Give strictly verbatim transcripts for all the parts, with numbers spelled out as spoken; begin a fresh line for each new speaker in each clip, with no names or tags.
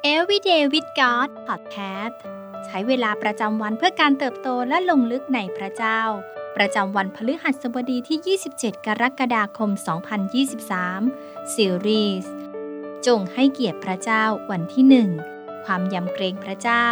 Everyday with God Podcast ใช้เวลาประจำวันเพื่อการเติบโตและลงลึกในพระเจ้าประจำวันพฤหัสบดีที่ยี่สิบเจ็ดกรกฎาคมสองพันยี่สิบสามซีรีส์จงให้เกียรติพระเจ้าวันที่หนึ่งความยำเกรงพระเจ้า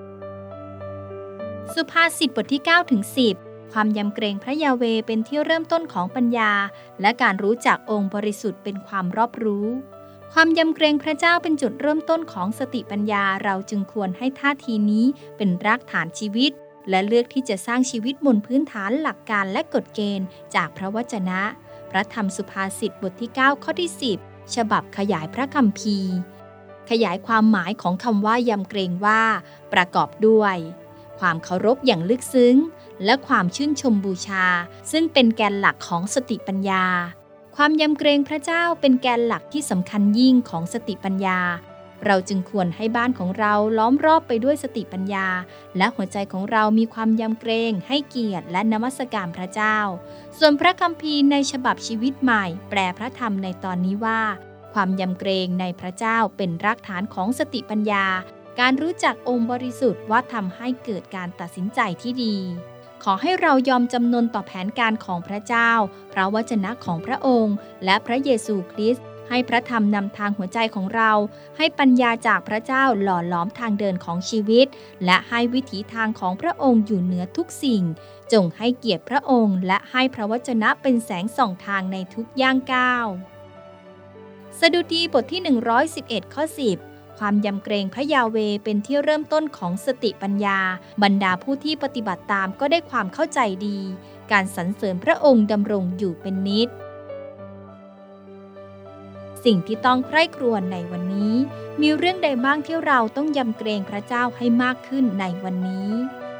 สุภาษิตบทที่เก้าถึงสิบความยำเกรงพระยาเวห์เป็นที่เริ่มต้นของปัญญาและการรู้จักองค์บริสุทธิ์เป็นความรอบรู้ความยำเกรงพระเจ้าเป็นจุดเริ่มต้นของสติปัญญาเราจึงควรให้ท่าทีนี้เป็นรากฐานชีวิตและเลือกที่จะสร้างชีวิตบนพื้นฐานหลักการและกฎเกณฑ์จากพระวจนะพระธรรมสุภาษิตบทที่เก้าข้อที่สิบฉบับขยายพระคัมภีร์ขยายความหมายของคำว่ายำเกรงว่าประกอบด้วยความเคารพอย่างลึกซึ้งและความชื่นชมบูชาซึ่งเป็นแกนหลักของสติปัญญาความยำเกรงพระเจ้าเป็นแกนหลักที่สำคัญยิ่งของสติปัญญาเราจึงควรให้บ้านของเราล้อมรอบไปด้วยสติปัญญาและหัวใจของเรามีความยำเกรงให้เกียรติและนมัสการพระเจ้าส่วนพระคัมภีร์ในฉบับชีวิตใหม่แปลพระธรรมในตอนนี้ว่าความยำเกรงในพระเจ้าเป็นรากฐานของสติปัญญาการรู้จักองค์บริสุทธิ์ว่าทำให้เกิดการตัดสินใจที่ดีขอให้เรายอมจำนนต่อแผนการของพระเจ้าพระวจนะของพระองค์และพระเยซูคริสต์ให้พระธรรมนำทางหัวใจของเราให้ปัญญาจากพระเจ้าหล่อหลอมทางเดินของชีวิตและให้วิถีทางของพระองค์อยู่เหนือทุกสิ่งจงให้เกียรติพระองค์และให้พระวจนะเป็นแสงส่องทางในทุกย่างก้าวสดุดีบทที่หนึ่งร้อยสิบเอ็ดข้อสิบความยำเกรงพระยาเวห์เป็นที่เริ่มต้นของสติปัญญาบรรดาผู้ที่ปฏิบัติตามก็ได้ความเข้าใจดีการสรรเสริญพระองค์ดำรงอยู่เป็นนิจสิ่งที่ต้องใคร่ครวญในวันนี้มีเรื่องใดบ้างที่เราต้องยำเกรงพระเจ้าให้มากขึ้นในวันนี้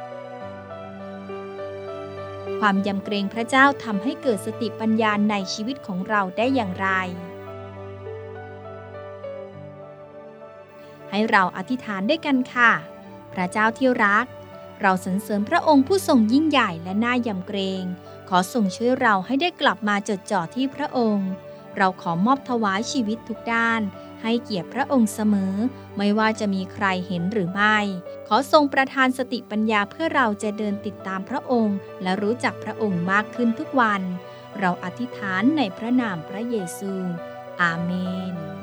ความยำเกรงพระเจ้าทำให้เกิดสติปัญญาในชีวิตของเราได้อย่างไรให้เราอธิษฐานด้วยกันค่ะพระเจ้าที่รักเราสรรเสริญพระองค์ผู้ทรงยิ่งใหญ่และน่ายำเกรงขอทรงช่วยเราให้ได้กลับมาจดจ่อที่พระองค์เราขอมอบถวายชีวิตทุกด้านให้เกียรติพระองค์เสมอไม่ว่าจะมีใครเห็นหรือไม่ขอทรงประทานสติปัญญาเพื่อเราจะเดินติดตามพระองค์และรู้จักพระองค์มากขึ้นทุกวันเราอธิษฐานในพระนามพระเยซูอาเมน